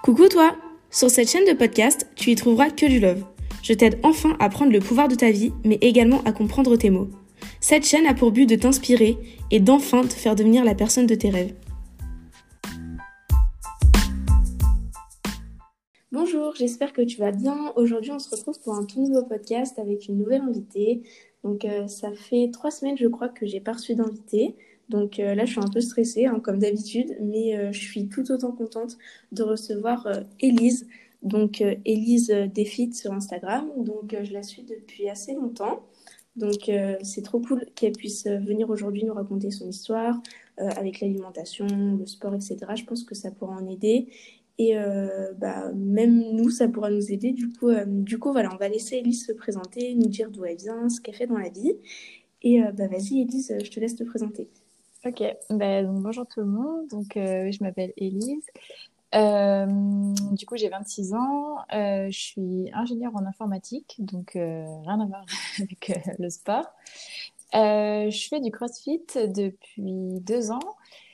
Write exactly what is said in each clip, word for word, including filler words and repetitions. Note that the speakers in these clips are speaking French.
Coucou toi! Sur cette chaîne de podcast, tu y trouveras que du love. Je t'aide enfin à prendre le pouvoir de ta vie, mais également à comprendre tes mots. Cette chaîne a pour but de t'inspirer et d'enfin te faire devenir la personne de tes rêves. Bonjour, j'espère que tu vas bien. Aujourd'hui, on se retrouve pour un tout nouveau podcast avec une nouvelle invitée. Donc, euh, ça fait trois semaines, je crois, que j'ai pas reçu d'invité. Donc euh, là, je suis un peu stressée, hein, comme d'habitude, mais euh, je suis tout autant contente de recevoir euh, Élise. Donc, euh, Élise euh, Défit sur Instagram. Donc, euh, je la suis depuis assez longtemps. Donc, euh, c'est trop cool qu'elle puisse euh, venir aujourd'hui nous raconter son histoire euh, avec l'alimentation, le sport, et cetera. Je pense que ça pourra en aider. Et euh, bah, même nous, ça pourra nous aider. Du coup, euh, du coup, voilà, on va laisser Élise se présenter, nous dire d'où elle vient, ce qu'elle fait dans la vie. Et euh, bah, vas-y, Élise, je te laisse te présenter. Ok, bah, donc bonjour tout le monde. Donc, euh, je m'appelle Élise. Euh, du coup, j'ai vingt-six ans. Euh, je suis ingénieure en informatique, donc euh, rien à voir avec euh, le sport. Euh, je fais du CrossFit depuis deux ans.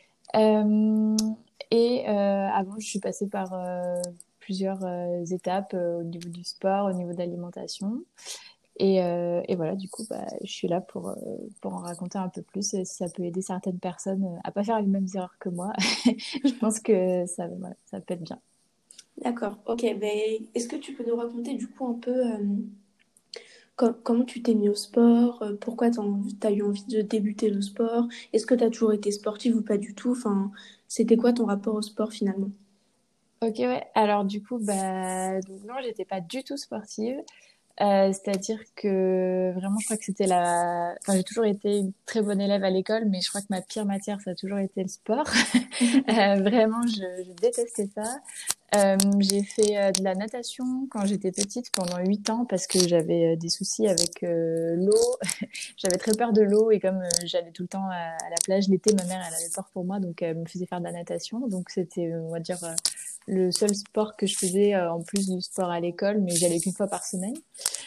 Euh, et euh, avant, je suis passée par euh, plusieurs euh, étapes euh, au niveau du sport, au niveau de l'alimentation. Et, euh, et voilà, du coup, bah, je suis là pour, euh, pour en raconter un peu plus. Et si ça peut aider certaines personnes euh, à pas faire les mêmes erreurs que moi, je pense que ça, voilà, ça peut être bien. D'accord, ok. Ben, est-ce que tu peux nous raconter du coup un peu euh, com- comment tu t'es mis au sport, euh, pourquoi tu as eu envie de débuter le sport, est-ce que tu as toujours été sportive ou pas du tout? Enfin, c'était quoi ton rapport au sport finalement? Ok, ouais. Alors du coup, bah, donc non, j'étais pas du tout sportive. Euh, c'est-à-dire que vraiment, je crois que c'était la. Enfin, j'ai toujours été une très bonne élève à l'école, mais je crois que ma pire matière, ça a toujours été le sport. Euh, vraiment, je, je détestais ça. Euh, j'ai fait euh, de la natation quand j'étais petite pendant huit ans parce que j'avais euh, des soucis avec euh, l'eau. J'avais très peur de l'eau et comme euh, j'allais tout le temps à, à la plage l'été, ma mère elle avait peur pour moi donc elle me faisait faire de la natation. Donc c'était euh, on va dire euh, le seul sport que je faisais euh, en plus du sport à l'école, mais j'allais qu'une fois par semaine.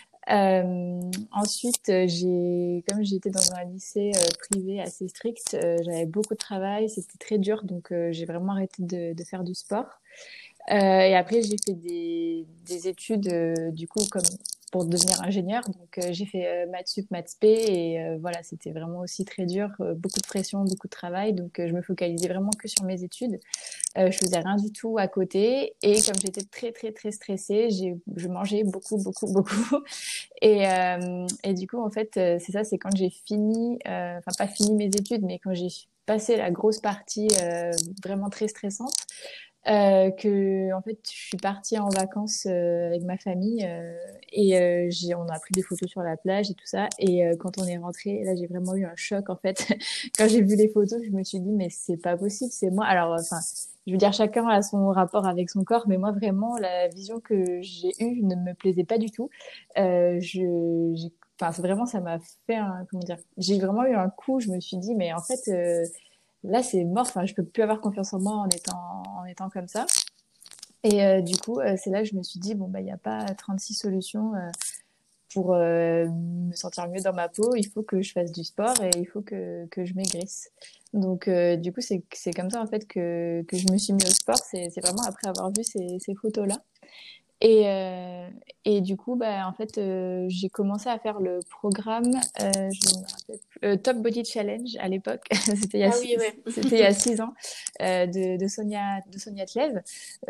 Euh, ensuite, euh, j'ai, comme j'étais dans un lycée euh, privé assez strict, euh, j'avais beaucoup de travail, c'était très dur, donc euh, j'ai vraiment arrêté de, de faire du sport. Euh, et après, j'ai fait des, des études, euh, du coup, comme pour devenir ingénieur. Donc, euh, j'ai fait euh, maths sup, maths spé, et euh, voilà, c'était vraiment aussi très dur, euh, beaucoup de pression, beaucoup de travail. Donc, euh, je me focalisais vraiment que sur mes études. Euh, je faisais rien du tout à côté. Et comme j'étais très, très, très stressée, j'ai, je mangeais beaucoup, beaucoup, beaucoup. Et, euh, et du coup, en fait, euh, c'est ça, c'est quand j'ai fini, euh, enfin, pas fini mes études, mais quand j'ai passé la grosse partie euh, vraiment très stressante, euh, que en fait, je suis partie en vacances euh, avec ma famille euh, et euh, j'ai, on a pris des photos sur la plage et tout ça. Et euh, quand on est rentré, là, j'ai vraiment eu un choc en fait. Quand j'ai vu les photos, je me suis dit mais c'est pas possible, c'est moi. Alors, enfin, je veux dire, chacun a son rapport avec son corps, mais moi vraiment, la vision que j'ai eue ne me plaisait pas du tout. Euh, je, j'ai, enfin, c'est vraiment, ça m'a fait un, comment dire, j'ai vraiment eu un coup. Je me suis dit mais en fait. Euh, Là, c'est mort. Enfin, je peux plus avoir confiance en moi en étant, en étant comme ça. Et euh, du coup, euh, c'est là que je me suis dit, bon, bah, il n'y a pas trente-six solutions euh, pour euh, me sentir mieux dans ma peau. Il faut que je fasse du sport et il faut que, que je maigrisse. Donc, euh, du coup, c'est, c'est comme ça, en fait, que, que je me suis mis au sport. C'est, c'est vraiment après avoir vu ces, ces photos-là. Et, euh, et du coup, bah, en fait, euh, j'ai commencé à faire le programme, euh, je me rappelle plus, euh, Top Body Challenge à l'époque. C'était il y a Ah six, oui, ouais. c'était il y a six ans euh, de, de Sonia, de Sonia Tlev.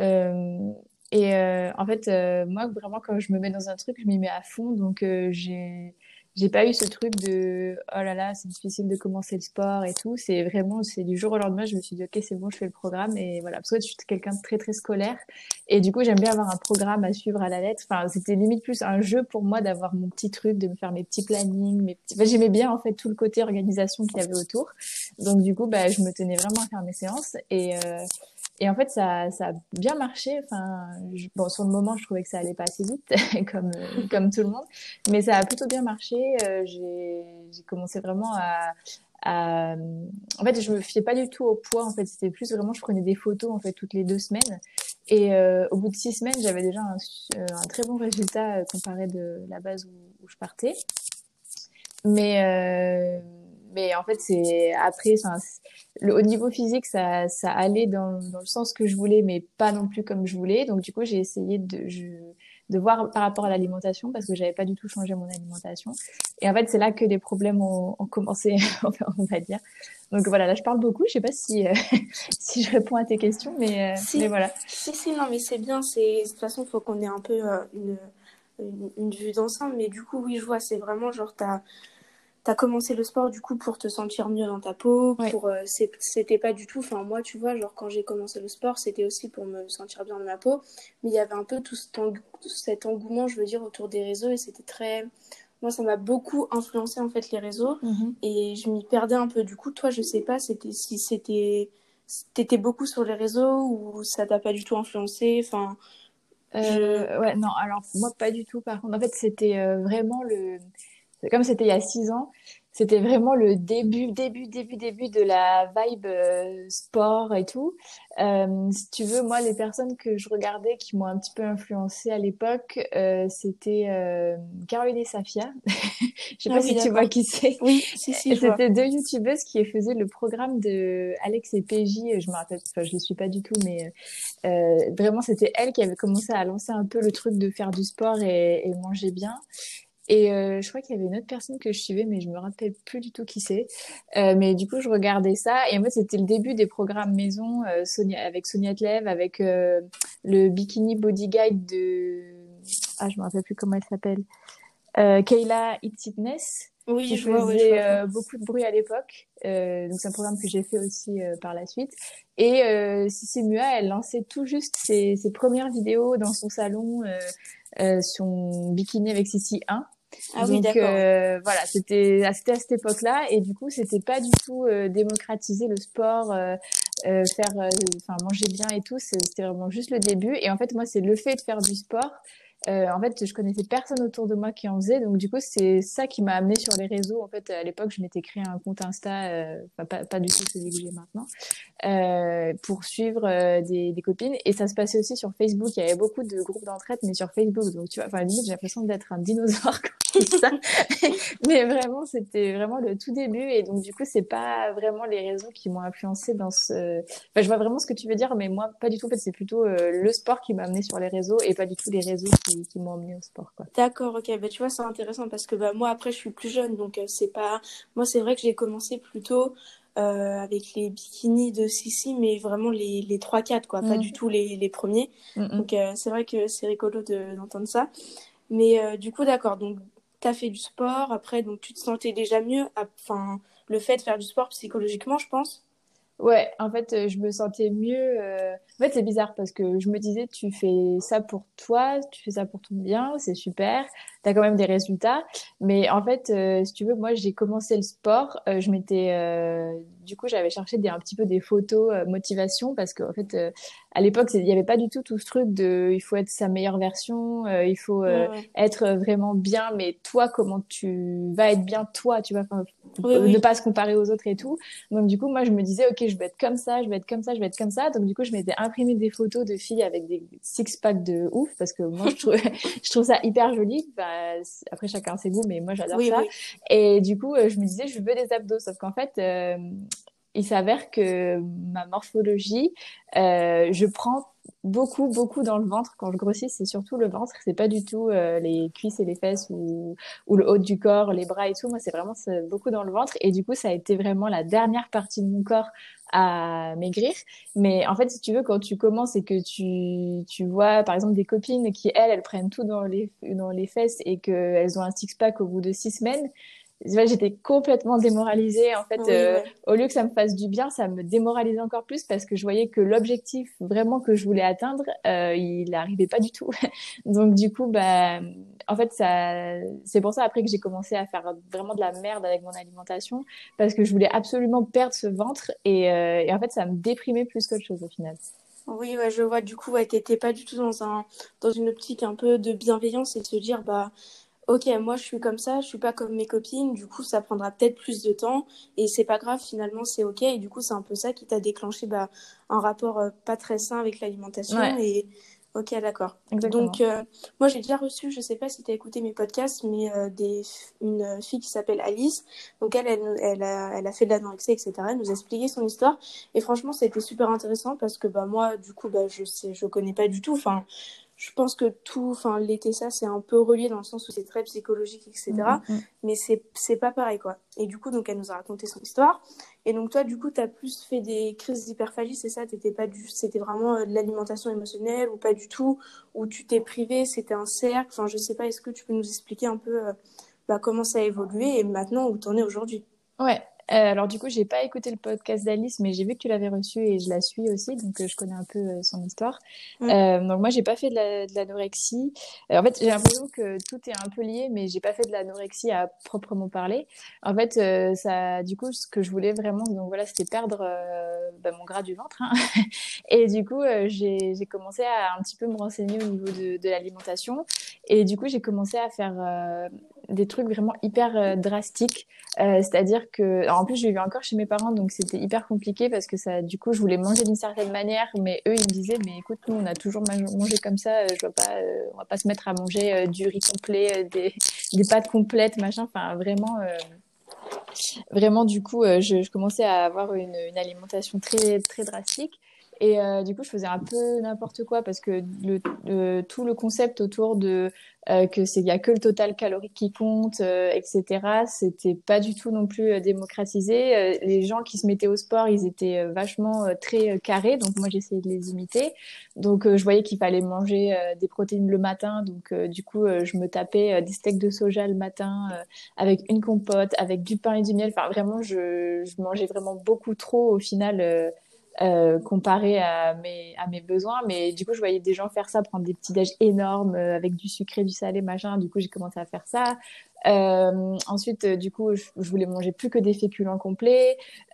Euh, et euh, en fait, euh, moi, vraiment, quand je me mets dans un truc, je m'y mets à fond. Donc, euh, j'ai j'ai pas eu ce truc de oh là là, c'est difficile de commencer le sport et tout. C'est vraiment, c'est du jour au lendemain, je me suis dit ok, c'est bon, je fais le programme et voilà. Parce que je suis quelqu'un de très très scolaire. Et du coup, j'aime bien avoir un programme à suivre à la lettre. Enfin, c'était limite plus un jeu pour moi d'avoir mon petit truc, de me faire mes petits plannings, mes petits... Enfin, j'aimais bien en fait tout le côté organisation qu'il y avait autour. Donc du coup, bah, je me tenais vraiment à faire mes séances et euh, et en fait, ça ça a bien marché. Enfin, je... bon, sur le moment, je trouvais que ça allait pas assez vite, comme euh, comme tout le monde, mais ça a plutôt bien marché. Euh, j'ai j'ai commencé vraiment à à... En fait, je me fiais pas du tout au poids. En fait, c'était plus vraiment, je prenais des photos en fait toutes les deux semaines. Et euh, au bout de six semaines, j'avais déjà un, euh, un très bon résultat euh, comparé de la base où, où je partais. Mais, euh, mais en fait, c'est après, enfin, c'est- le, au niveau physique, ça, ça allait dans, dans le sens que je voulais, mais pas non plus comme je voulais. Donc, du coup, j'ai essayé de, je, de voir par rapport à l'alimentation parce que j'avais pas du tout changé mon alimentation. Et en fait, c'est là que les problèmes ont, ont commencé, on va dire. Donc voilà, là, je parle beaucoup. Je sais pas si, euh, si je réponds à tes questions, mais, euh, mais Si, voilà. si, si, non, mais c'est bien. C'est... De toute façon, il faut qu'on ait un peu euh, une, une, une vue d'ensemble. Mais du coup, oui, je vois, c'est vraiment genre, t'as, t'as commencé le sport du coup pour te sentir mieux dans ta peau. Ouais. Pour, euh, c'est- c'était pas du tout. Enfin, moi, tu vois, genre, quand j'ai commencé le sport, c'était aussi pour me sentir bien dans ma peau. Mais il y avait un peu tout cet, eng- tout cet engouement, je veux dire, autour des réseaux. Et c'était très. Moi, ça m'a beaucoup influencé en fait les réseaux. Mhm. Et je m'y perdais un peu. Du coup, toi, je sais pas c'était, si c'était. T'étais beaucoup sur les réseaux ou ça t'a pas du tout influencé? Enfin, je. Euh, ouais, non, alors moi pas du tout. Par contre, en fait, c'était euh, vraiment le, comme c'était il y a six ans, c'était vraiment le début, début, début, début de la vibe euh, sport et tout. Euh, si tu veux, moi, les personnes que je regardais qui m'ont un petit peu influencée à l'époque, euh, c'était euh, Caroline et Safia. Je sais Ah pas oui, si tu vois d'accord. qui c'est. Oui, si, si, je vois. C'était deux youtubeuses qui faisaient le programme de Alex et P J. Je me rappelle, enfin, je les suis pas du tout, mais euh, vraiment, c'était elle qui avait commencé à lancer un peu le truc de faire du sport et, et manger bien. Et euh, je crois qu'il y avait une autre personne que je suivais, mais je me rappelle plus du tout qui c'est. Euh, mais du coup, je regardais ça. Et en fait, c'était le début des programmes maison euh, Sonia, avec Sonia Tlev, avec euh, le Bikini Body Guide de... Ah, je me rappelle plus comment elle s'appelle. Euh, Kayla Eat Fitness, Oui, qui je vois, ouais, je faisait vois. euh, beaucoup de bruit à l'époque. Euh, donc, c'est un programme que j'ai fait aussi euh, par la suite. Et euh, Sissi Mua, elle lançait tout juste ses, ses premières vidéos dans son salon, euh, euh, son bikini avec Sissi un. Ah oui, Donc d'accord, ouais. euh, voilà, c'était c'était à cette époque-là et du coup c'était pas du tout euh, démocratiser le sport, euh, euh, faire, euh, enfin manger bien et tout, c'est- c'était vraiment juste le début. Et en fait moi c'est le fait de faire du sport. Euh, en fait je connaissais personne autour de moi qui en faisait, donc du coup c'est ça qui m'a amené sur les réseaux. En fait à l'époque je m'étais créé un compte Insta, euh, enfin pas pas du tout celui que j'ai maintenant, euh, pour suivre euh, des, des copines. Et ça se passait aussi sur Facebook. Il y avait beaucoup de groupes d'entraide, mais sur Facebook. Donc, tu vois, enfin, limite, j'ai l'impression d'être un dinosaure quand je dis ça. Mais vraiment, c'était vraiment le tout début. Et donc, du coup, c'est pas vraiment les réseaux qui m'ont influencé dans ce... Enfin, je vois vraiment ce que tu veux dire, mais moi, pas du tout. En fait, c'est plutôt euh, le sport qui m'a amené sur les réseaux et pas du tout les réseaux qui, qui m'ont amené au sport, quoi. D'accord, ok. Bah, tu vois, c'est intéressant parce que bah, moi, après, je suis plus jeune. Donc, euh, c'est pas. Moi, c'est vrai que j'ai commencé plutôt euh, avec les bikinis de Sissi, mais vraiment les, les trois quatre quoi. Pas du Mm, tout les, les premiers. mm, Donc, mm. euh, c'est vrai que c'est rigolo de, d'entendre ça. Mais euh, du coup, d'accord. Donc, t'as fait du sport. Après, donc, tu te sentais déjà mieux. Enfin, le fait de faire du sport psychologiquement, je pense. Ouais, en fait, euh, je me sentais mieux. euh, En fait, c'est bizarre parce que je me disais, tu fais ça pour toi, tu fais ça pour ton bien, c'est super, t'as quand même des résultats. Mais en fait, euh, si tu veux, moi, j'ai commencé le sport. euh, je m'étais, euh, du coup, j'avais cherché des, un petit peu des photos euh, motivation parce qu'en fait, euh, à l'époque, c'est- il n'y avait pas du tout tout ce truc de, il faut être sa meilleure version, euh, il faut Ouais, euh, ouais. être vraiment bien. Mais toi, comment tu vas être bien toi, tu vois, enfin, Oui, ne oui. pas se comparer aux autres et tout. Donc du coup, moi, je me disais, ok, je vais être comme ça, je vais être comme ça, je vais être comme ça. Donc du coup, je m'étais imprimé des photos de filles avec des six-packs de ouf parce que moi, je trouve, je trouve ça hyper joli. Bah, après, chacun ses goûts, mais moi, j'adore Oui, ça. oui. Et du coup, euh, je me disais, je veux des abdos. Sauf qu'en fait, euh, il s'avère que ma morphologie, euh, je prends beaucoup, beaucoup dans le ventre. Quand je grossis, c'est surtout le ventre. C'est pas du tout euh, les cuisses et les fesses ou, ou le haut du corps, les bras et tout. Moi, c'est vraiment c'est beaucoup dans le ventre. Et du coup, ça a été vraiment la dernière partie de mon corps à maigrir. Mais en fait, si tu veux, quand tu commences et que tu, tu vois, par exemple, des copines qui, elles, elles prennent tout dans les, dans les fesses et qu'elles ont un six-pack au bout de six semaines, tu vois, j'étais complètement démoralisée. En fait, Oui, euh, ouais. au lieu que ça me fasse du bien, ça me démoralisait encore plus parce que je voyais que l'objectif vraiment que je voulais atteindre, euh, il n'arrivait pas du tout. Donc du coup, bah, en fait, ça, c'est pour ça après que j'ai commencé à faire vraiment de la merde avec mon alimentation parce que je voulais absolument perdre ce ventre et, euh, et en fait, ça me déprimait plus qu'autre chose au final. Oui, ouais, je vois. Du coup, ouais, t'étais pas du tout dans un, dans une optique un peu de bienveillance et de se dire, bah, ok, moi, je suis comme ça, je suis pas comme mes copines. Du coup, ça prendra peut-être plus de temps et c'est pas grave. Finalement, c'est ok. Et du coup, c'est un peu ça qui t'a déclenché, bah, un rapport euh, pas très sain avec l'alimentation Ouais. et Ok, d'accord. Donc, Exactement. euh, moi, j'ai déjà reçu, je sais pas si tu as écouté mes podcasts, mais euh, des, une fille qui s'appelle Alice. Donc, elle, elle, nous- elle a, elle a fait de l'anorexie, et cetera. Elle nous a expliqué son histoire. Et franchement, ça a été super intéressant parce que bah, moi, du coup, bah, je sais, je connais pas du tout. Enfin, je pense que tout, enfin, les T S A, c'est un peu relié dans le sens où c'est très psychologique, Mm, et cetera. mm, mm. Mais c'est, c'est pas pareil, quoi. Et du coup, donc, elle nous a raconté son histoire. Et donc, toi, du coup, tu as plus fait des crises d'hyperphagie, c'est ça? T'étais pas du... C'était vraiment euh, de l'alimentation émotionnelle ou pas du tout? Ou tu t'es privé, c'était un cercle? Enfin, je sais pas, est-ce que tu peux nous expliquer un peu euh, bah, comment ça a évolué et maintenant où t'en es aujourd'hui? Ouais. Euh, alors du coup, j'ai pas écouté le podcast d'Alice, mais j'ai vu que tu l'avais reçu et je la suis aussi, donc euh, je connais un peu euh, son histoire. Mm. Euh, donc moi, j'ai pas fait de la- de l'anorexie. Euh, en fait, j'ai l'impression que tout est un peu lié, mais j'ai pas fait de l'anorexie à proprement parler. En fait, euh, ça, du coup, ce que je voulais vraiment, donc voilà, c'était perdre euh, bah, mon gras du ventre. Hein. Et du coup, euh, j'ai j'ai commencé à un petit peu me renseigner au niveau de, de l'alimentation. Et du coup, j'ai commencé à faire euh, des trucs vraiment hyper euh, drastiques. Euh, c'est-à-dire que, alors, en plus, j'ai eu encore chez mes parents, donc c'était hyper compliqué parce que ça, du coup, je voulais manger d'une certaine manière, mais eux, ils me disaient, mais écoute, nous, on a toujours ma- mangé comme ça, euh, je vois pas, euh, on va pas se mettre à manger euh, du riz complet, euh, des, des pâtes complètes, machin. Enfin, vraiment, euh, vraiment, du coup, euh, je, je commençais à avoir une, une alimentation très, très drastique. Et euh, du coup, je faisais un peu n'importe quoi parce que le, le- tout le concept autour de euh, que c'est il y a que le total calorique qui compte, euh, et cetera. C'était pas du tout non plus euh, démocratisé. Euh, les gens qui se mettaient au sport, ils étaient euh, vachement euh, très euh, carrés. Donc moi, j'essayais de les imiter. Donc euh, je voyais qu'il fallait manger euh, des protéines le matin. Donc euh, du coup, euh, je me tapais euh, des steaks de soja le matin. Euh, avec une compote, avec du pain et du miel. Enfin, vraiment, je, je mangeais vraiment beaucoup trop au final, euh, euh, comparé à mes, à mes besoins. Mais du coup, je voyais des gens faire ça, prendre des petits déj énormes euh, avec du sucré, du salé, machin. Du coup, j'ai commencé à faire ça. Euh, ensuite, euh, du coup, je, je voulais manger plus que des féculents complets.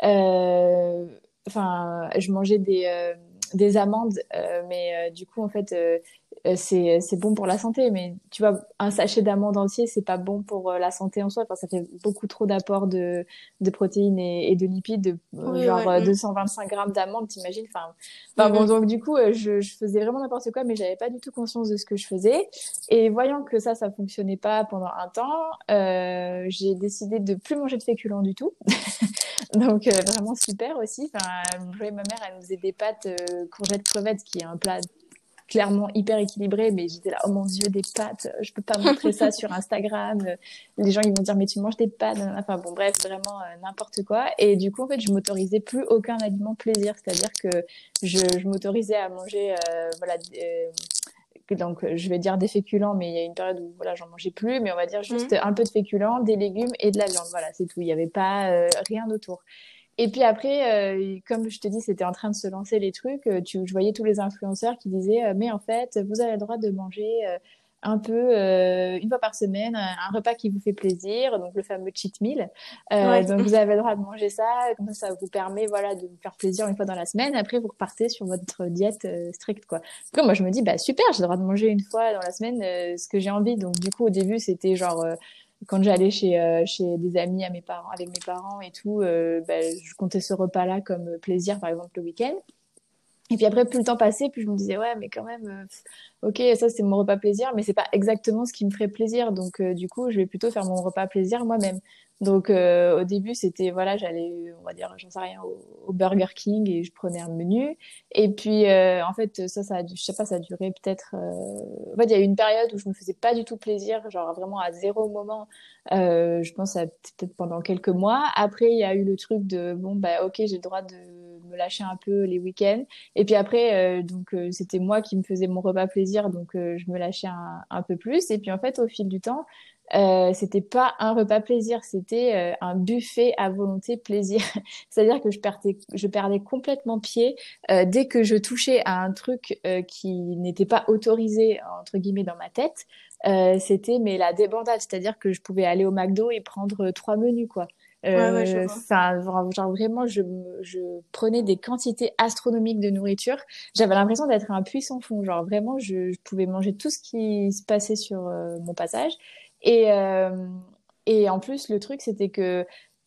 Euh, Enfin, je mangeais des, euh, des amandes, euh, mais euh, du coup, en fait, euh, euh, c'est c'est bon pour la santé, mais tu vois, un sachet d'amandes entier, c'est pas bon pour euh, la santé en soi. Enfin, ça fait beaucoup trop d'apports de, de protéines et, et de lipides, de, euh, Oui, genre ouais. euh, Mm. deux cent vingt-cinq grammes d'amandes, t'imagines? Enfin, enfin Mm, bon, mm. donc du coup, euh, je, je faisais vraiment n'importe quoi, mais j'avais pas du tout conscience de ce que je faisais. Et voyant que ça, ça fonctionnait pas pendant un temps, euh, j'ai décidé de plus manger de féculents du tout. Donc euh, vraiment super aussi. Enfin, je voyais ma mère, elle nous faisait des pâtes euh, courgettes crevettes, qui est un plat clairement hyper équilibré, mais j'étais là, oh mon Dieu, des pâtes, je peux pas montrer ça sur Instagram. Les gens, ils vont dire, mais tu manges des pâtes. Enfin bon, bref, vraiment euh, n'importe quoi. Et du coup, en fait, je m'autorisais plus aucun aliment plaisir, c'est-à-dire que je, je m'autorisais à manger, euh, voilà, euh, donc je vais dire des féculents, mais il y a une période où voilà, j'en mangeais plus, mais on va dire juste Mm. un peu de féculents, des légumes et de la viande. Voilà, c'est tout. Il y avait pas euh, rien autour. Et puis après, euh, comme je te dis, c'était en train de se lancer les trucs. euh, Tu, je voyais tous les influenceurs qui disaient, euh, mais en fait, vous avez le droit de manger euh, un peu euh, une fois par semaine, un, un repas qui vous fait plaisir, donc le fameux cheat meal. Euh, Ouais. donc vous avez le droit de manger ça, comme ça, ça vous permet voilà de vous faire plaisir une fois dans la semaine. Après, vous repartez sur votre diète euh, stricte, quoi. Donc moi, je me dis, bah super, j'ai le droit de manger une fois dans la semaine euh, ce que j'ai envie. Donc du coup, au début, c'était genre euh, quand j'allais chez euh, chez des amis à mes parents avec mes parents et tout, euh, ben, je comptais ce repas-là comme plaisir, par exemple le week-end. Et puis après, plus le temps passait, plus je me disais, ouais, mais quand même, euh, pff, ok, ça c'est mon repas plaisir, mais c'est pas exactement ce qui me ferait plaisir. Donc, euh, du coup, je vais plutôt faire mon repas plaisir moi-même. Donc, euh, au début, c'était, voilà, j'allais, on va dire, j'en sais rien, au, au Burger King et je prenais un menu. Et puis, euh, en fait, ça, ça a, dû- je sais pas, ça a duré peut-être, euh... en fait, il y a eu une période où je me faisais pas du tout plaisir, genre vraiment à zéro moment. Euh, je pense à peut-être pendant quelques mois. Après, il y a eu le truc de, bon, bah, ok, j'ai le droit de me lâcher un peu les week-ends. Et puis après, euh, donc euh, c'était moi qui me faisais mon repas plaisir, donc euh, je me lâchais un, un peu plus. Et puis en fait, au fil du temps, euh, c'était pas un repas plaisir, c'était euh, un buffet à volonté plaisir. C'est-à-dire que je perdais, je perdais complètement pied euh, dès que je touchais à un truc euh, qui n'était pas autorisé entre guillemets dans ma tête. Euh, c'était mais la débandade, c'est-à-dire que je pouvais aller au McDo et prendre trois menus quoi. Ouais, ouais, je Euh, vois. ça, genre, genre vraiment, je, me- je prenais des quantités astronomiques de nourriture. J'avais l'impression d'être un puissant fond. Genre vraiment, je, je pouvais manger tout ce qui se passait sur euh, mon passage. Et, euh, et en plus, le truc, c'était que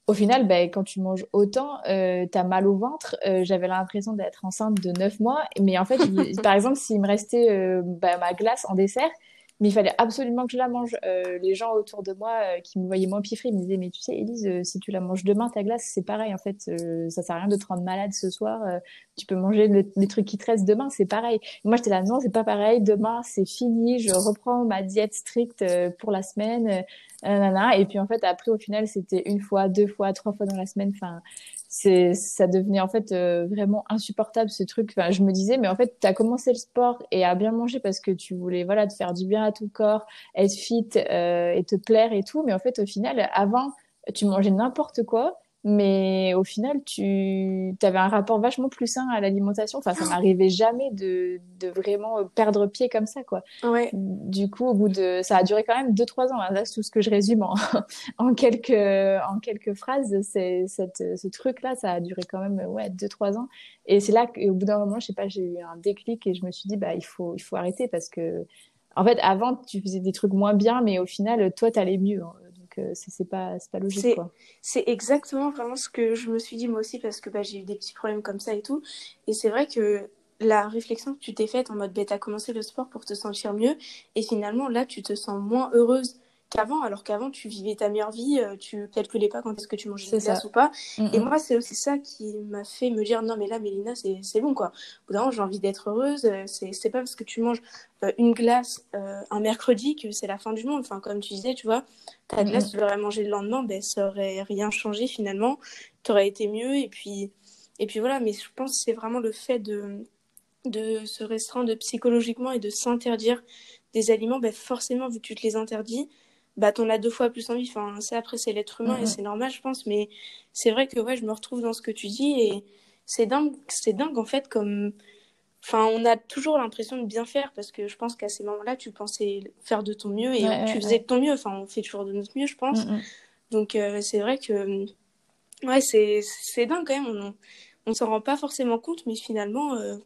au final, ben, quand tu manges autant, euh, t'as mal au ventre. Euh, j'avais l'impression d'être enceinte de neuf mois. Mais en fait, je- par exemple, s'il me restait euh, bah, ma glace en dessert, mais il fallait absolument que je la mange. Euh, les gens autour de moi euh, qui me voyaient m'empiffrer, ils me disaient, mais tu sais, Élise, euh, si tu la manges demain, ta glace, c'est pareil. En fait, euh, ça sert à rien de te rendre malade ce soir. Euh, tu peux manger le- les trucs qui te restent demain, c'est pareil. Et moi, j'étais là, non, c'est pas pareil. Demain, c'est fini. Je reprends ma diète stricte euh, pour la semaine. Euh, nanana. Et puis, en fait, après, au final, c'était une fois, deux fois, trois fois dans la semaine. Enfin, c'est, ça devenait en fait euh, vraiment insupportable ce truc. Enfin, je me disais, mais en fait, tu as commencé le sport et à bien manger parce que tu voulais voilà te faire du bien à ton corps, être fit euh, et te plaire et tout. Mais en fait, au final, avant, tu mangeais n'importe quoi. Mais au final, tu avais un rapport vachement plus sain à l'alimentation. Enfin, ça m'arrivait jamais de, de vraiment perdre pied comme ça, quoi. Ouais, Du coup, au bout de, ça a duré quand même deux, trois ans, hein. Là, c'est tout ce que je résume en, en quelques, en quelques phrases. C'est, cette, ce truc-là, ça a duré quand même, ouais, deux, trois ans. Et c'est là qu'au bout d'un moment, je sais pas, j'ai eu un déclic et je me suis dit, bah, il faut, il faut arrêter parce que, en fait, avant, tu faisais des trucs moins bien, mais au final, toi, t'allais mieux, hein. Donc, euh, c'est, c'est pas, c'est pas logique, c'est quoi. c'est exactement vraiment ce que je me suis dit moi aussi parce que bah, j'ai eu des petits problèmes comme ça et tout. Et c'est vrai que la réflexion que tu t'es faite en mode bah, t'as commencé le sport pour te sentir mieux et finalement là tu te sens moins heureuse qu'avant alors qu'avant tu vivais ta meilleure vie, euh, tu calculais pas quand est-ce que tu mangeais C'est une glace ça. ou pas. Mm, Et mm. moi c'est aussi ça qui m'a fait me dire non mais là Mélina c'est c'est bon quoi. Au bout d'un moment j'ai envie d'être heureuse, euh, c'est c'est pas parce que tu manges euh, une glace euh, un mercredi que c'est la fin du monde. Enfin comme tu disais tu vois ta Mm, glace, mm. tu l'aurais mangé le lendemain, ben, ça aurait rien changé finalement. Tu aurais été mieux. Et puis, et puis voilà, mais je pense que c'est vraiment le fait de, de se restreindre psychologiquement et de s'interdire des aliments. Ben, forcément, vu que tu te les interdis, bah, t'en as deux fois plus envie. Enfin, c'est après, c'est l'être Mm, humain et c'est mm. normal, je pense. Mais c'est vrai que ouais, je me retrouve dans ce que tu dis et c'est dingue, c'est dingue en fait comme enfin, on a toujours l'impression de bien faire parce que je pense qu'à ces moments-là, tu pensais faire de ton mieux Ouais, et tu ouais, faisais ouais. de ton mieux. Enfin, on fait toujours de notre mieux, je Mm, pense. mm. Donc, euh, c'est vrai que, ouais, c'est, c'est dingue quand même. On, on s'en rend pas forcément compte, mais finalement, euh,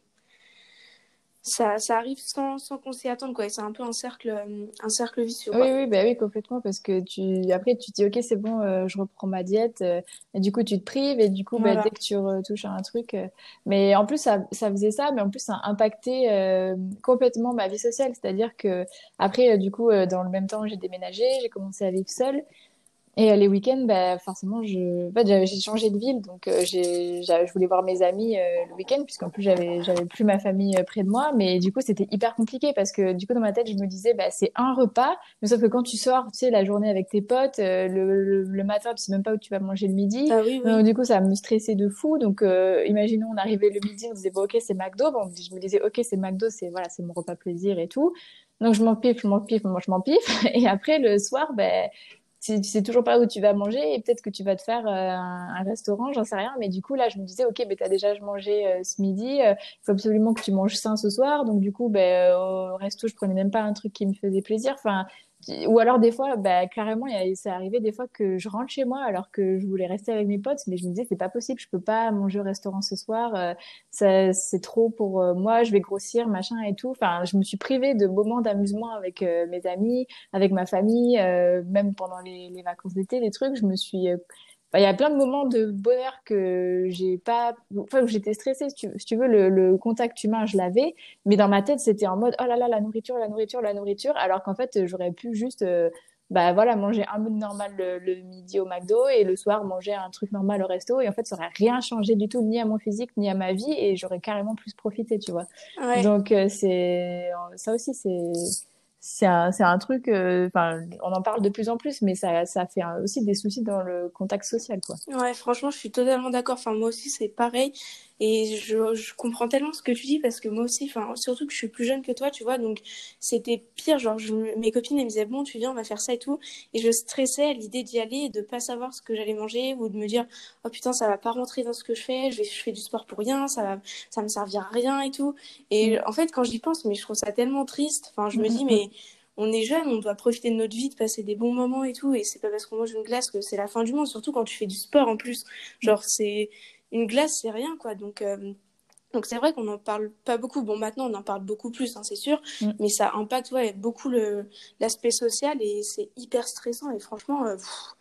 ça, ça arrive sans, sans qu'on s'y attende, quoi. Et c'est un peu un cercle, euh, un cercle vicieux, Oui, quoi. oui, bah oui, complètement, parce que tu, après, tu te dis, ok, c'est bon, euh, je reprends ma diète, euh, et du coup, tu te prives, et du coup, bah, dès Voilà. que tu retouches à un truc, euh, mais en plus, ça, ça faisait ça, mais en plus, ça a impacté, euh, complètement ma vie sociale, c'est-à-dire que, après, euh, du coup, euh, dans le même temps, j'ai déménagé, j'ai commencé à vivre seule, et euh, les week-ends, bah, forcément, je, en fait, j'avais- j'ai changé de ville, donc euh, j'ai, j'a- je voulais voir mes amis euh, le week-end, puisqu'en plus j'avais, j'avais plus ma famille euh, près de moi, mais du coup c'était hyper compliqué parce que du coup dans ma tête je me disais, bah c'est un repas, mais sauf que quand tu sors, tu sais, la journée avec tes potes, euh, le, le, le matin tu sais même pas où tu vas manger le midi, Ah oui, donc oui. du coup ça me stressait de fou, donc euh, imaginons on arrivait le midi, on disait bon ok c'est McDo, bon je me disais ok c'est McDo, c'est voilà c'est mon repas plaisir et tout, donc je m'empiffe, je m'empiffe, moi je m'empiffe, et après le soir, ben tu, tu sais toujours pas où tu vas manger et peut-être que tu vas te faire euh, un, un restaurant, j'en sais rien. Mais du coup, là, je me disais, ok, mais t'as déjà mangé euh, ce midi, euh, il faut absolument que tu manges sain ce soir. Donc du coup, ben, au resto, je prenais même pas un truc qui me faisait plaisir. Enfin, qui- ou alors des fois, bah, carrément, il y a- c'est arrivé des fois que je rentre chez moi alors que je voulais rester avec mes potes, mais je me disais, c'est pas possible, je peux pas manger au restaurant ce soir, euh, ça, c'est trop pour euh, moi, je vais grossir, machin et tout. Enfin, je me suis privée de moments d'amusement avec euh, mes amis, avec ma famille, euh, même pendant les, les vacances d'été, des trucs, je me suis euh, enfin, il y a plein de moments de bonheur que j'ai pas, enfin, où j'étais stressée, si tu, si tu veux, le, le contact humain, je l'avais, mais dans ma tête, c'était en mode, oh là là, la nourriture, la nourriture, la nourriture, alors qu'en fait, j'aurais pu juste, euh, bah voilà, manger un menu normal le, le midi au McDo et le soir manger un truc normal au resto, et en fait, ça aurait rien changé du tout, ni à mon physique, ni à ma vie, et j'aurais carrément plus profité, tu vois. Ouais. Donc, euh, c'est, ça aussi, c'est, c'est un, c'est un truc, euh, enfin, on en parle de plus en plus, mais ça, ça fait un- aussi des soucis dans le contact social, quoi. Ouais, franchement, je suis totalement d'accord. Enfin, moi aussi, c'est pareil. Et je, je comprends tellement ce que tu dis parce que moi aussi, enfin, surtout que je suis plus jeune que toi, tu vois. Donc, c'était pire. Genre, je, mes copines, elles me disaient, bon, tu viens, on va faire ça et tout. Et je stressais à l'idée d'y aller et de pas savoir ce que j'allais manger ou de me dire, oh putain, ça va pas rentrer dans ce que je fais. Je vais, je fais du sport pour rien. Ça va, ça me servira à rien et tout. Et Mm, en fait, quand j'y pense, mais je trouve ça tellement triste. Enfin, je mm, me mm, dis, mm. mais on est jeune, on doit profiter de notre vie, de passer des bons moments et tout. Et c'est pas parce qu'on mange une glace que c'est la fin du monde, surtout quand tu fais du sport en plus. Genre, c'est une glace, c'est rien, quoi. Donc, euh, donc c'est vrai qu'on n'en parle pas beaucoup. Bon, maintenant, on en parle beaucoup plus, hein, c'est sûr. Mm. Mais ça impacte ouais, beaucoup le, l'aspect social et c'est hyper stressant. Et franchement, euh, pff,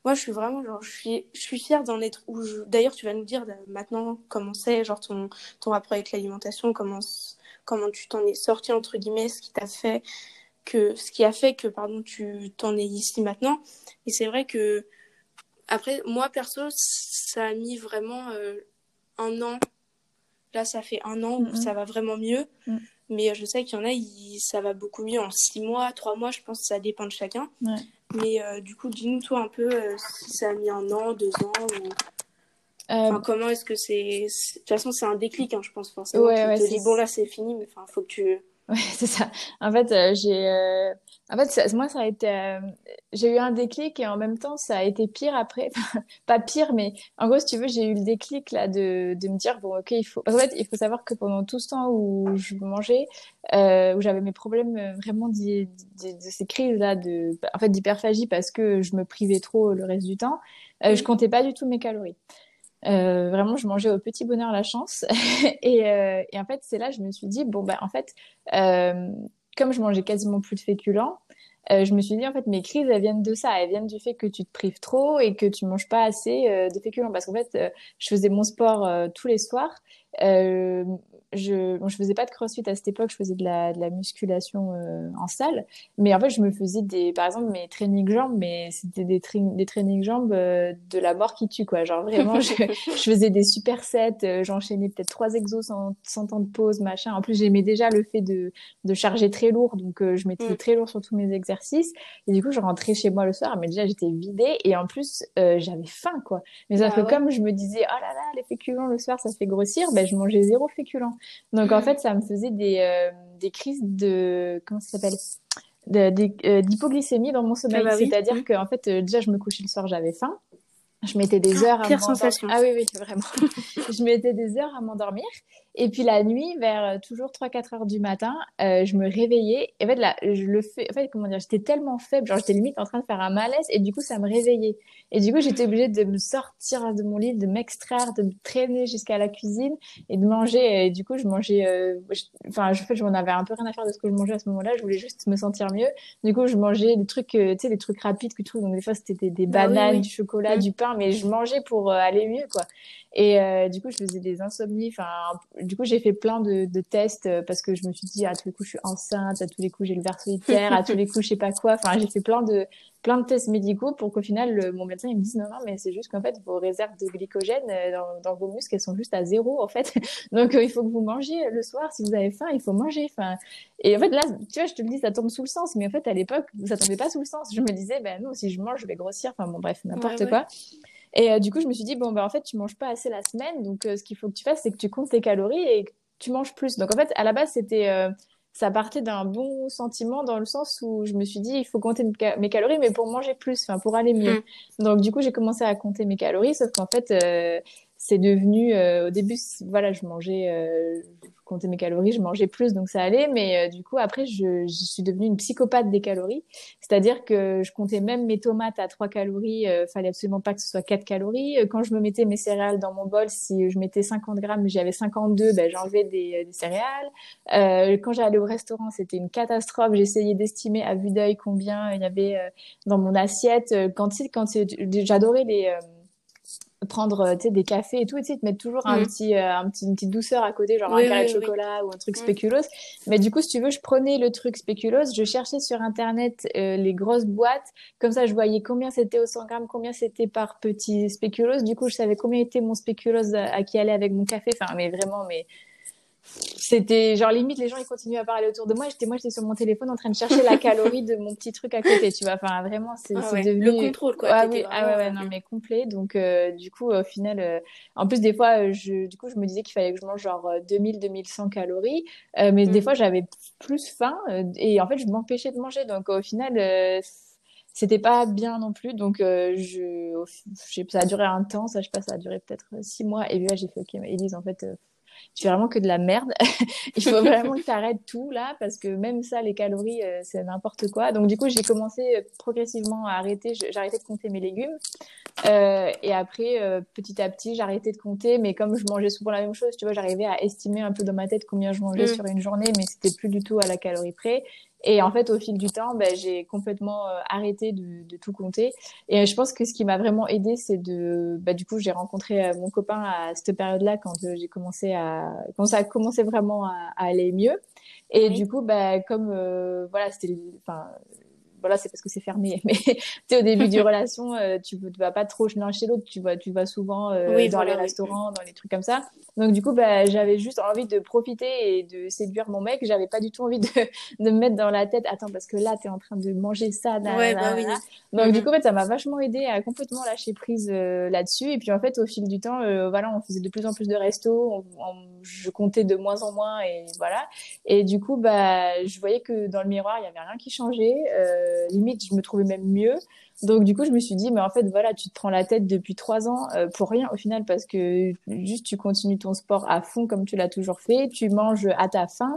moi, je suis vraiment, genre, je suis, je suis fière d'en être où je... D'ailleurs, tu vas nous dire euh, maintenant comment c'est, genre, ton, ton rapport avec l'alimentation, comment, comment tu t'en es sorti, entre guillemets, ce qui t'a fait que, ce qui a fait que, pardon, tu t'en es ici maintenant. Et c'est vrai que, après, moi, perso, ça a mis vraiment euh, un an. Là, ça fait un an où Mm, ça va vraiment mieux. mm, Mais je sais qu'il y en a, il, ça va beaucoup mieux en six mois, trois mois, je pense que ça dépend de chacun. ouais. Mais euh, du coup, dis-nous toi un peu euh, si ça a mis un an, deux ans, ou... Euh, Enfin, comment est-ce que c'est... c'est- De toute façon, c'est un déclic, hein, je pense, forcément, ouais, qui ouais, te c'est dit, bon, là, c'est fini, mais enfin, faut que tu... Ouais, c'est ça. En fait, euh, j'ai, euh, en fait, ça- moi, ça a été, euh, j'ai eu un déclic et en même temps, ça a été pire après. Enfin, pas pire, mais en gros, si tu veux, j'ai eu le déclic là de, de me dire bon, ok, il faut. Parce qu'en fait, il faut savoir que pendant tout ce temps où je mangeais, euh, où j'avais mes problèmes euh, vraiment d'i- d'i- de, ces crises là de, en fait, d'hyperphagie parce que je me privais trop le reste du temps, euh, je Mm. comptais pas du tout mes calories. Euh, vraiment, je mangeais au petit bonheur la chance. Et, euh, et en fait, c'est là, je me suis dit, bon, bah, en fait, euh, comme je mangeais quasiment plus de féculents, euh, je me suis dit, en fait, mes crises, elles viennent de ça. Elles viennent du fait que tu te prives trop et que tu manges pas assez euh, de féculents. Parce qu'en fait, euh, je faisais mon sport euh, tous les soirs. Euh, je, bon, je faisais pas de crossfit à cette époque, je faisais de la, de la musculation euh, en salle. Mais en fait, je me faisais des, par exemple, mes trainings jambes, mais c'était des, tra- des trainings jambes euh, de la mort qui tue, quoi. Genre vraiment, je, je faisais des supersets, euh, j'enchaînais peut-être trois exos sans, sans temps de pause, machin. En plus, j'aimais déjà le fait de, de charger très lourd, donc euh, je mettais Mm. très lourd sur tous mes exercices. Et du coup, je rentrais chez moi le soir, mais déjà, j'étais vidée et en plus, euh, j'avais faim, quoi. Mais sauf que Bah ouais. comme je me disais, oh là là, les féculents le soir, ça fait grossir, ben, je mangeais zéro féculent. Donc en Mm. fait, ça me faisait des, euh, des crises de, comment ça s'appelle? De- des- euh, d'hypoglycémie dans mon Ah sommeil. bah oui. Mm. C'est-à-dire que en fait, euh, déjà, je me couchais le soir, j'avais faim. Je mettais des Oh, heures à pire m'endormir. sensation. Ah oui, oui, vraiment. Je mettais des heures à m'endormir. Et puis la nuit, vers euh, toujours trois quatre heures du matin, euh, je me réveillais. Et en fait, là, je le fais. En fait, comment dire, j'étais tellement faible, genre j'étais limite en train de faire un malaise. Et du coup, ça me réveillait. Et du coup, j'étais obligée de me sortir de mon lit, de m'extraire, de me traîner jusqu'à la cuisine et de manger. Et du coup, je mangeais. euh, je- Enfin, je, en fait, j'en avais un peu rien à faire de ce que je mangeais à ce moment-là. Je voulais juste me sentir mieux. Du coup, je mangeais des trucs, euh, tu sais, des trucs rapides que tu trouves. Donc, des fois, c'était des, des Bah oui, bananes, oui. du chocolat, Mm. du pain, mais je mangeais pour euh, aller mieux, quoi. Et euh, du coup, je faisais des insomnies. Enfin, du coup, j'ai fait plein de, de tests euh, parce que je me suis dit, à tous les coups, je suis enceinte, à tous les coups, j'ai le ver solitaire, à tous les coups, je sais pas quoi. Enfin, j'ai fait plein de, plein de tests médicaux pour qu'au final, le- mon médecin, il me dise, non, non, mais c'est juste qu'en fait, vos réserves de glycogène euh, dans, dans vos muscles, elles sont juste à zéro, en fait. Donc, euh, il faut que vous mangiez le soir. Si vous avez faim, il faut manger. Enfin, et en fait, là, tu vois, je te le dis, ça tombe sous le sens. Mais en fait, à l'époque, ça tombait pas sous le sens. Je me disais, ben non, si je mange, je vais grossir. Enfin, bon, bref, Ouais, n'importe ouais. quoi. Et euh, du coup, je me suis dit, bon, bah, en fait, tu manges pas assez la semaine. Donc, euh, ce qu'il faut que tu fasses, c'est que tu comptes tes calories et que tu manges plus. Donc, en fait, à la base, c'était, euh, ça partait d'un bon sentiment dans le sens où je me suis dit, il faut compter mes ca- mes calories, mais pour manger plus, enfin, pour aller mieux. Mm. Donc, du coup, j'ai commencé à compter mes calories, sauf qu'en fait, euh, c'est devenu, euh, au début, c- voilà, je mangeais, euh, je comptais mes calories, je mangeais plus, donc ça allait. Mais euh, du coup, après, je, je suis devenue une psychopathe des calories. C'est-à-dire que je comptais même mes tomates à trois calories, euh, fallait absolument pas que ce soit quatre calories. Euh, Quand je me mettais mes céréales dans mon bol, si je mettais cinquante grammes, j'avais cinquante-deux, ben, j'enlevais des, euh, des céréales. Euh, quand j'allais au restaurant, c'était une catastrophe. J'essayais d'estimer à vue d'œil combien il y avait euh, dans mon assiette. Euh, Quand, tu sais, quand tu- j'adorais les... euh, prendre euh, tu sais des cafés et tout et tu sais, te mettre toujours un Mm. petit euh, un petit une petite douceur à côté, genre un Oui, carré de oui, oui. chocolat ou un truc Mm. spéculoos. Mais du coup, si tu veux, je prenais le truc spéculoos, je cherchais sur internet euh, les grosses boîtes, comme ça je voyais combien c'était au cent grammes, combien c'était par petit spéculoos. Du coup, je savais combien était mon spéculoos à, à qui allait avec mon café. Enfin, mais vraiment, mais c'était genre limite les gens ils continuaient à parler autour de moi, j'étais moi j'étais sur mon téléphone en train de chercher la calorie de mon petit truc à côté, tu vois. Enfin vraiment c'est Ah c'est ouais. Le devenu contrôle, quoi. ah T'étais oui, ah ouais vraiment... ouais euh, non mm. mais complet. Donc euh, du coup au final euh, en plus des fois euh, je du coup je me disais qu'il fallait que je mange genre euh, deux mille deux mille cent calories. Euh, mais des Mm. fois j'avais plus faim euh, et en fait je m'empêchais de manger. Donc au final euh, c'était pas bien non plus. Donc euh, je, au fi- je sais- ça a duré un temps, ça je sais pas, ça a duré peut-être euh, six mois et là j'ai fait OK, mais Élise en fait euh, tu fais vraiment que de la merde. Il faut vraiment que tu arrêtes tout là parce que même ça, les calories, euh, c'est n'importe quoi. Donc du coup, j'ai commencé euh, progressivement à arrêter. Je- J'arrêtais de compter mes légumes. Euh, et après, euh, petit à petit, j'arrêtais de compter. Mais comme je mangeais souvent la même chose, tu vois, j'arrivais à estimer un peu dans ma tête combien je mangeais Mm. sur une journée, mais c'était plus du tout à la calorie près. Et en fait, au fil du temps, ben, j'ai complètement euh, arrêté de, de tout compter. Et euh, je pense que ce qui m'a vraiment aidée, c'est de, bah, du coup, j'ai rencontré euh, mon copain à cette période-là quand euh, j'ai commencé à, quand ça a commencé vraiment à, à aller mieux. Et Oui. du coup, bah, comme, euh, voilà, c'était, enfin, voilà, c'est parce que c'est fermé. Mais tu sais, au début du relation, euh, tu ne vas pas trop l'un chez l'autre. Tu vas, tu vas souvent euh, Oui, dans les voilà, oui. restaurants, dans les trucs comme ça. Donc du coup, bah, j'avais juste envie de profiter et de séduire mon mec. J'avais pas du tout envie de, de me mettre dans la tête. Attends, parce que là, t'es en train de manger ça, Ouais, bah nanana. oui. Donc du Mhm. coup, en fait, ça m'a vachement aidé à complètement lâcher prise euh, là-dessus. Et puis en fait, au fil du temps, euh, voilà, on faisait de plus en plus de restos. On, on- je comptais de moins en moins et voilà. Et du coup, bah, je voyais que dans le miroir, il y avait rien qui changeait. Euh, limite, je me trouvais même mieux. Donc du coup, je me suis dit, mais en fait, voilà, tu te prends la tête depuis trois ans euh, pour rien au final, parce que juste tu continues ton sport à fond comme tu l'as toujours fait, tu manges à ta faim.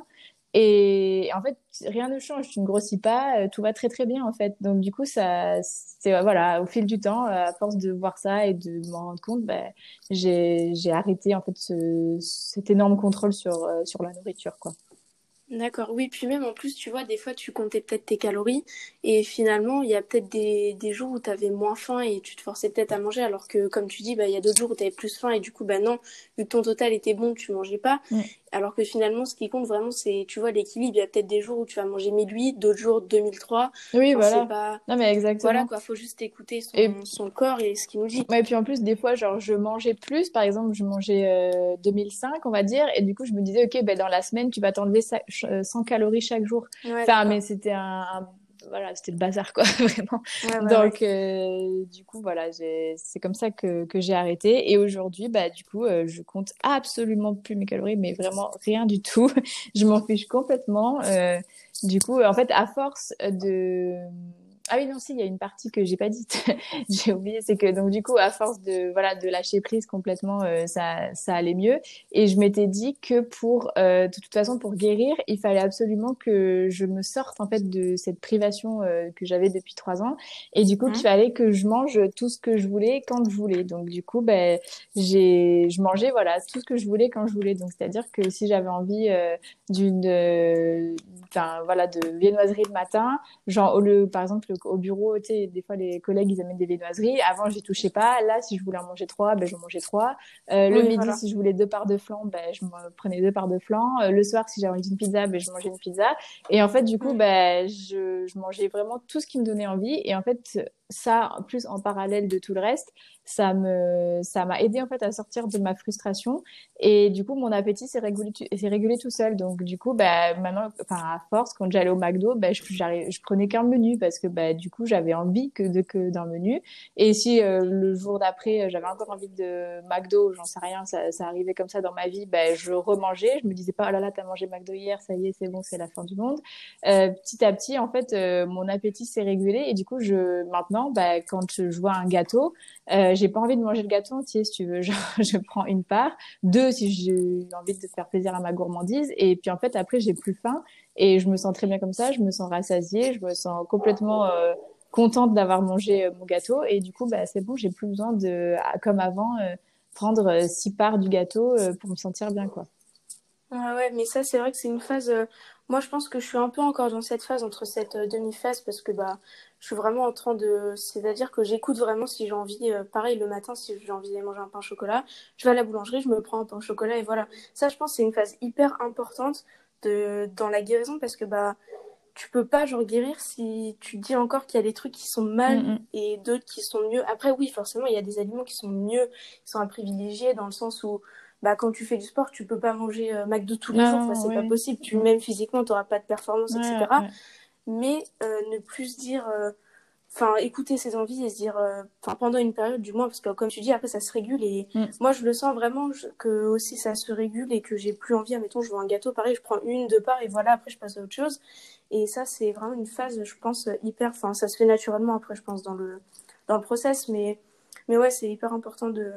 Et en fait, rien ne change, tu ne grossis pas, euh, tout va très très bien en fait. Donc du coup, ça, c'est euh, voilà, au fil du temps, euh, à force de voir ça et de m'en rendre compte, ben, j'ai j'ai arrêté en fait ce, cet énorme contrôle sur euh, sur la nourriture quoi. D'accord, oui, puis même en plus, tu vois, des fois tu comptais peut-être tes calories et finalement, il y a peut-être des, des jours où tu avais moins faim et tu te forçais peut-être à manger alors que, comme tu dis, bah, il y a d'autres jours où tu avais plus faim et du coup, bah non, vu que ton total était bon, tu mangeais pas. Mm. Alors que finalement, ce qui compte vraiment, c'est, tu vois, l'équilibre. Il y a peut-être des jours où tu vas manger mille huit, d'autres jours deux mille trois. Oui, Enfin, c'est voilà. pas... Non mais Voilà exactement. quoi, faut juste écouter Et son, son corps et ce qu'il nous dit. ouais, et puis en plus, des fois, genre, je mangeais plus. Par exemple, je mangeais euh, deux mille cinq, on va dire. Et du coup, je me disais, OK, ben, dans la semaine, tu vas t'enlever ça- ch- euh, cent calories chaque jour. Ouais, Enfin, mais d'accord. c'était un, un- voilà, c'était le bazar, quoi, vraiment. Ouais, ouais, ouais. Donc, euh, du coup, voilà, j'ai, c'est comme ça que, que j'ai arrêté. Et aujourd'hui, bah, du coup, euh, je compte absolument plus mes calories, mais vraiment rien du tout. Je m'en fiche complètement. Euh, du coup, en fait, à force de... Ah oui, non, si, il y a une partie que j'ai pas dite. J'ai oublié, c'est que donc du coup, à force de voilà de lâcher prise complètement, euh, ça ça allait mieux. Et je m'étais dit que pour euh, de toute façon pour guérir, il fallait absolument que je me sorte en fait de cette privation euh, que j'avais depuis trois ans. Et du coup, qu'il Hum. fallait que je mange tout ce que je voulais quand je voulais. Donc du coup, ben j'ai je mangeais voilà tout ce que je voulais quand je voulais. Donc c'est-à-dire que si j'avais envie euh, d'une euh, enfin voilà de viennoiserie le matin, genre au lieu par exemple au bureau, tu sais, des fois les collègues ils amènent des viennoiseries. Avant j'y touchais pas. Là, si je voulais en manger trois, ben je mangeais trois. Euh, le Oui, midi, voilà. si je voulais deux parts de flan, ben je me prenais deux parts de flan. Euh, le soir, si j'avais envie d'une pizza, ben je mangeais une pizza. Et en fait, du coup, Hum. ben je, je mangeais vraiment tout ce qui me donnait envie. Et en fait, ça, en plus en parallèle de tout le reste, ça me, ça m'a aidé en fait à sortir de ma frustration. Et du coup, mon appétit s'est régulé, s'est régulé tout seul. Donc du coup, bah maintenant, enfin à force, quand j'allais au McDo, bah je, j'arrive- je prenais qu'un menu parce que bah du coup, j'avais envie que de que d'un menu. Et si euh, le jour d'après, euh, j'avais encore envie de McDo, j'en sais rien, ça, ça arrivait comme ça dans ma vie, bah je remangeais. Je me disais pas, oh là là, t'as mangé McDo hier, ça y est, c'est bon, c'est la fin du monde. Euh, petit à petit, en fait, euh, mon appétit s'est régulé et du coup, je maintenant, bah quand je vois un gâteau, euh, j'ai pas envie de manger le gâteau entier, si tu veux. Genre, je prends une part, deux si j'ai envie de faire plaisir à ma gourmandise, et puis en fait après j'ai plus faim et je me sens très bien comme ça, je me sens rassasiée, je me sens complètement euh, contente d'avoir mangé euh, mon gâteau et du coup bah c'est bon, j'ai plus besoin de ah, comme avant euh, prendre euh, six parts du gâteau euh, pour me sentir bien quoi. Ouais, ouais, mais ça, c'est vrai que c'est une phase. euh, Moi, je pense que je suis un peu encore dans cette phase, entre cette euh, demi-phase, parce que bah, je suis vraiment en train de. C'est-à-dire que j'écoute vraiment si j'ai envie. euh, Pareil, le matin, si j'ai envie de manger un pain au chocolat, je vais à la boulangerie, je me prends un pain au chocolat, et voilà. Ça, je pense que c'est une phase hyper importante de... dans la guérison, parce que bah, tu peux pas, genre, guérir si tu dis encore qu'il y a des trucs qui sont mal Mm, et d'autres qui sont mieux. Après, oui, forcément, il y a des aliments qui sont mieux, qui sont à privilégier, dans le sens où bah, quand tu fais du sport, tu peux pas manger euh, McDo tous mm. les Non, jours, non, enfin, non, c'est oui, pas oui. possible. Tu, Mm. même physiquement, tu n'auras pas de performance, Ouais, ouais, et cetera. ouais. Mais euh, ne plus se dire, euh, enfin, écouter ses envies et se dire, euh, enfin, pendant une période du moins, parce que comme tu dis, après ça se régule et Mm. moi je le sens vraiment je- que aussi ça se régule et que j'ai plus envie, admettons, je veux un gâteau, pareil, je prends une, deux parts et voilà, après je passe à autre chose. Et ça, c'est vraiment une phase, je pense, hyper, enfin, ça se fait naturellement après, je pense, dans le, dans le process, mais, mais ouais, c'est hyper important de,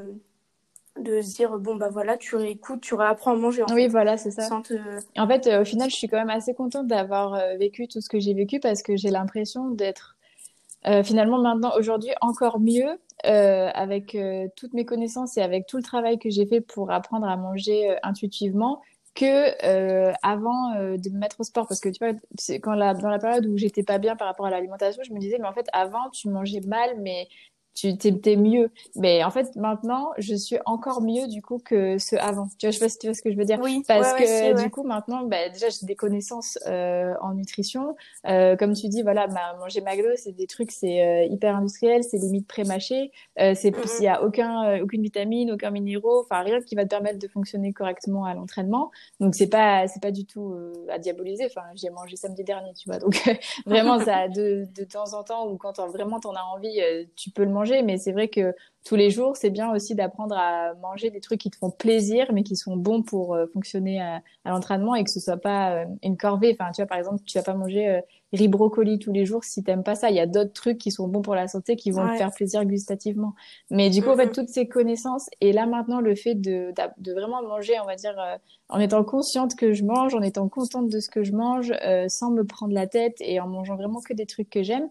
de se dire, bon, bah voilà, tu réécoutes, tu réapprends à manger en Oui, fait, voilà, c'est ça. sans te. En fait, euh, au final, je suis quand même assez contente d'avoir euh, vécu tout ce que j'ai vécu parce que j'ai l'impression d'être Euh, finalement, maintenant, aujourd'hui, encore mieux, euh, avec euh, toutes mes connaissances et avec tout le travail que j'ai fait pour apprendre à manger euh, intuitivement. que euh, avant euh, de me mettre au sport. Parce que tu vois, c'est quand la, dans la période où j'étais pas bien par rapport à l'alimentation, je me disais, mais en fait, avant, tu mangeais mal, mais tu t'es, t'es mieux. Mais en fait, maintenant, je suis encore mieux du coup que ce avant. Tu vois, je sais pas si tu vois ce que je veux dire. Oui, ouais, Parce ouais, si, que du ouais. coup, maintenant, bah, déjà, j'ai des connaissances euh, en nutrition. Euh, comme tu dis, voilà, bah, manger McDo, c'est des trucs, c'est euh, hyper industriel, c'est limite pré-mâché. Euh, c'est, il y Mhm. a aucun, euh, aucune vitamine, aucun minéraux, enfin rien qui va te permettre de fonctionner correctement à l'entraînement. Donc c'est pas, c'est pas du tout euh, à diaboliser. Enfin, j'y ai mangé samedi dernier, tu vois. Donc vraiment, ça, de, de temps en temps ou quand t'en- vraiment t'en as envie, euh, tu peux le manger. Mais c'est vrai que tous les jours, c'est bien aussi d'apprendre à manger des trucs qui te font plaisir, mais qui sont bons pour euh, fonctionner à, à l'entraînement et que ce soit pas euh, une corvée. Enfin, tu vois, par exemple, tu vas pas manger euh, riz brocoli tous les jours si t'aimes pas ça. Il y a d'autres trucs qui sont bons pour la santé qui vont te Ouais. faire plaisir gustativement. Mais du coup, en fait, Mhm. toutes ces connaissances et là maintenant, le fait de, d'a- de vraiment manger, on va dire, euh, en étant consciente que je mange, en étant contente de ce que je mange, euh, sans me prendre la tête et en mangeant vraiment que des trucs que j'aime.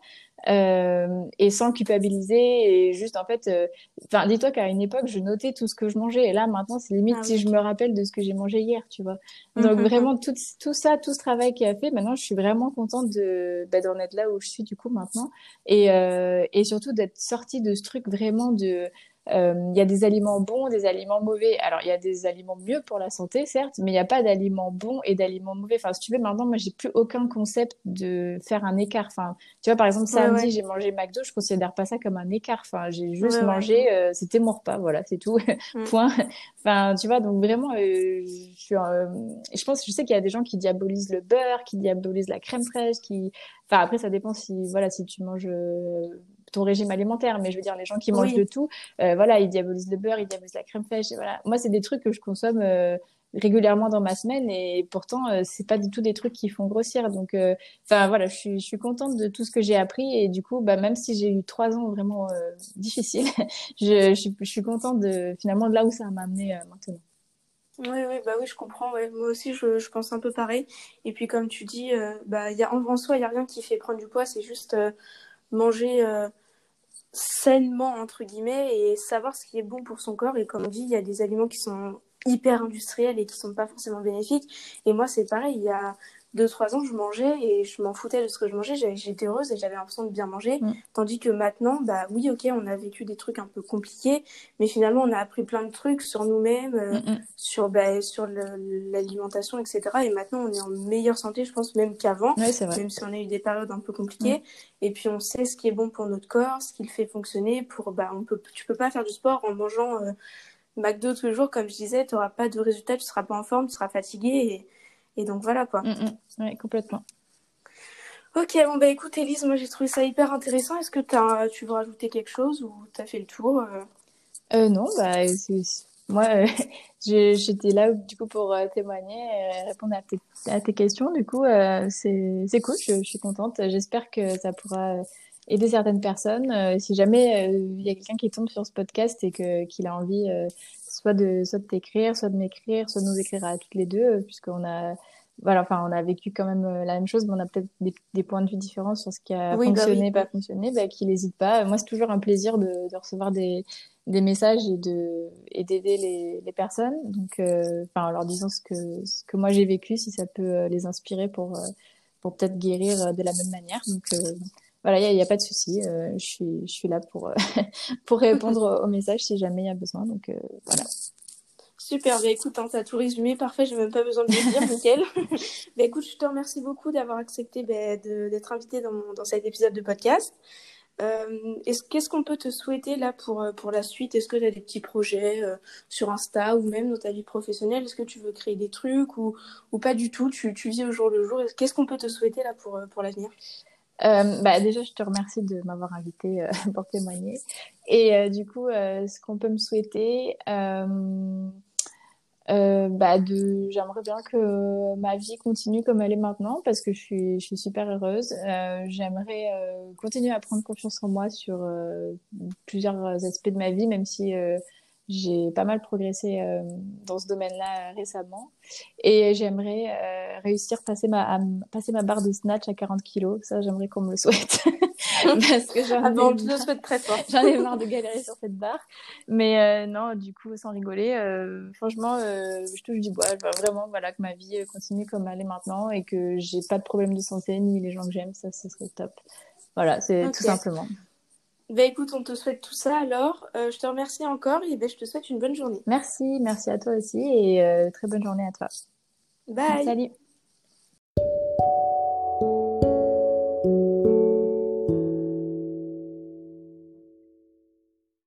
Euh, et sans culpabiliser et juste en fait euh, enfin dis-toi qu'à une époque je notais tout ce que je mangeais et là maintenant c'est limite Ah si oui, je ok. me rappelle de ce que j'ai mangé hier, tu vois. Donc Mhm. vraiment tout, tout ça, tout ce travail qu'il a fait, maintenant je suis vraiment contente de bah, d'en être là où je suis du coup maintenant et euh, et surtout d'être sortie de ce truc vraiment de euh, il y a des aliments bons, des aliments mauvais. Alors il y a des aliments mieux pour la santé certes, mais il n'y a pas d'aliments bons et d'aliments mauvais. Enfin si tu veux maintenant moi j'ai plus aucun concept de faire un écart. Enfin tu vois par exemple Ouais, samedi ouais. j'ai mangé McDo, je considère pas ça comme un écart. Enfin j'ai juste Ouais, ouais. Mm. mangé, euh, c'était mon repas, voilà c'est tout. Mm. Point. Enfin, tu vois, donc vraiment, euh, je suis, euh, je pense, je sais qu'il y a des gens qui diabolisent le beurre, qui diabolisent la crème fraîche, qui, enfin après ça dépend si, voilà, si tu manges euh, ton régime alimentaire, mais je veux dire les gens qui mangent de Oui. tout, euh, voilà, ils diabolisent le beurre, ils diabolisent la crème fraîche, et voilà. Moi, c'est des trucs que je consomme euh, régulièrement dans ma semaine et pourtant euh, c'est pas du tout des trucs qui font grossir. Donc, euh, enfin voilà, je suis, je suis contente de tout ce que j'ai appris et du coup, bah même si j'ai eu trois ans vraiment euh, difficiles. je, je, suis- je suis contente de finalement de là où ça m'a amené euh, maintenant. Oui, oui, bah oui, je comprends. Ouais. Moi aussi, je, je pense un peu pareil. Et puis, comme tu dis, euh, bah, y a, en, en soi, il n'y a rien qui fait prendre du poids. C'est juste euh, manger euh, sainement, entre guillemets, et savoir ce qui est bon pour son corps. Et comme dit, il y a des aliments qui sont hyper industriels et qui sont pas forcément bénéfiques. Et moi, c'est pareil. Il y a deux, trois ans, je mangeais et je m'en foutais de ce que je mangeais. J'avais- J'étais heureuse et j'avais l'impression de bien manger. Mm. Tandis que maintenant, bah oui, ok, on a vécu des trucs un peu compliqués, mais finalement, on a appris plein de trucs sur nous-mêmes, euh, Mm, mm. sur, bah, sur le- l'alimentation, et cetera. Et maintenant, on est en meilleure santé, je pense, même qu'avant, Ouais, c'est vrai. même si on a eu des périodes un peu Mm. compliquées. Et puis on sait ce qui est bon pour notre corps, ce qui le fait fonctionner. Pour, bah, on peut, tu peux pas faire du sport en mangeant euh, McDo tous les jours, comme je disais, tu n'auras pas de résultat, tu seras pas en forme, tu seras fatigué. Et, et donc voilà quoi. Mm, mm. Ouais, complètement. Ok, bon bah écoute Elise, moi j'ai trouvé ça hyper intéressant. Est-ce que t'as, tu veux rajouter quelque chose ou t'as fait le tour euh Euh, non, bah, c'est- c'est- moi, euh, je- j'étais là du coup pour euh, témoigner, et répondre à tes, à tes questions. Du coup, euh, c'est c'est cool, je, je suis contente. J'espère que ça pourra aider certaines personnes. Euh, si jamais euh, il y a quelqu'un qui tombe sur ce podcast et que qu'il a envie euh, soit de soit de t'écrire, soit de m'écrire, soit de nous écrire à toutes les deux, euh, puisqu'on a voilà, enfin, on a vécu quand même euh, la même chose, mais on a peut-être des, des points de vue différents sur ce qui a Oui, bah oui. fonctionné, pas fonctionné, bah, qu'il n'hésite pas. Moi, c'est toujours un plaisir de, de recevoir des des messages et de et d'aider les, les personnes donc euh, enfin en leur disant ce que ce que moi j'ai vécu si ça peut euh, les inspirer pour euh, pour peut-être guérir euh, de la même manière donc euh, voilà il y a, y a pas de souci euh, je suis je suis là pour euh, pour répondre aux messages si jamais il y a besoin donc euh, voilà. Super, bah écoute, hein, t'as tout résumé, parfait, j'ai même pas besoin de le dire, nickel. Bah écoute, je te remercie beaucoup d'avoir accepté bah, de- d'être invité dans, mon- dans cet épisode de podcast. Euh, est-ce, qu'est-ce qu'on peut te souhaiter là pour, euh, pour la suite? Est-ce que tu as des petits projets euh, sur Insta ou même dans ta vie professionnelle? Est-ce que tu veux créer des trucs ou, ou pas du tout? Tu, tu vis au jour le jour. Qu'est-ce qu'on peut te souhaiter là pour, euh, pour l'avenir? Euh, bah déjà je te remercie de m'avoir invité euh, pour témoigner et euh, du coup euh, ce qu'on peut me souhaiter euh, Euh, bah de, j'aimerais bien que ma vie continue comme elle est maintenant parce que je suis, je suis super heureuse. Euh, j'aimerais euh, continuer à prendre confiance en moi sur euh, plusieurs aspects de ma vie, même si euh, j'ai pas mal progressé euh, dans ce domaine-là euh, récemment. Et j'aimerais euh, réussir à passer ma, à m- passer ma barre de snatch à quarante kilos. Ça, j'aimerais qu'on me le souhaite. parce que j'en Ah ai bon, on te le marre. souhaite très fort. J'en ai marre de galérer sur cette barre. Mais euh, non, du coup, sans rigoler, euh, franchement, euh, je touche du bois. Je vois vraiment voilà, que ma vie continue comme elle est maintenant et que j'ai pas de problème de santé ni les gens que j'aime. Ça, ce serait top. Voilà, c'est tout Ok. simplement. Bah écoute, on te souhaite tout ça alors. Euh, je te remercie encore et ben, je te souhaite une bonne journée. Merci, merci à toi aussi et euh, très bonne journée à toi. Bye! Salut!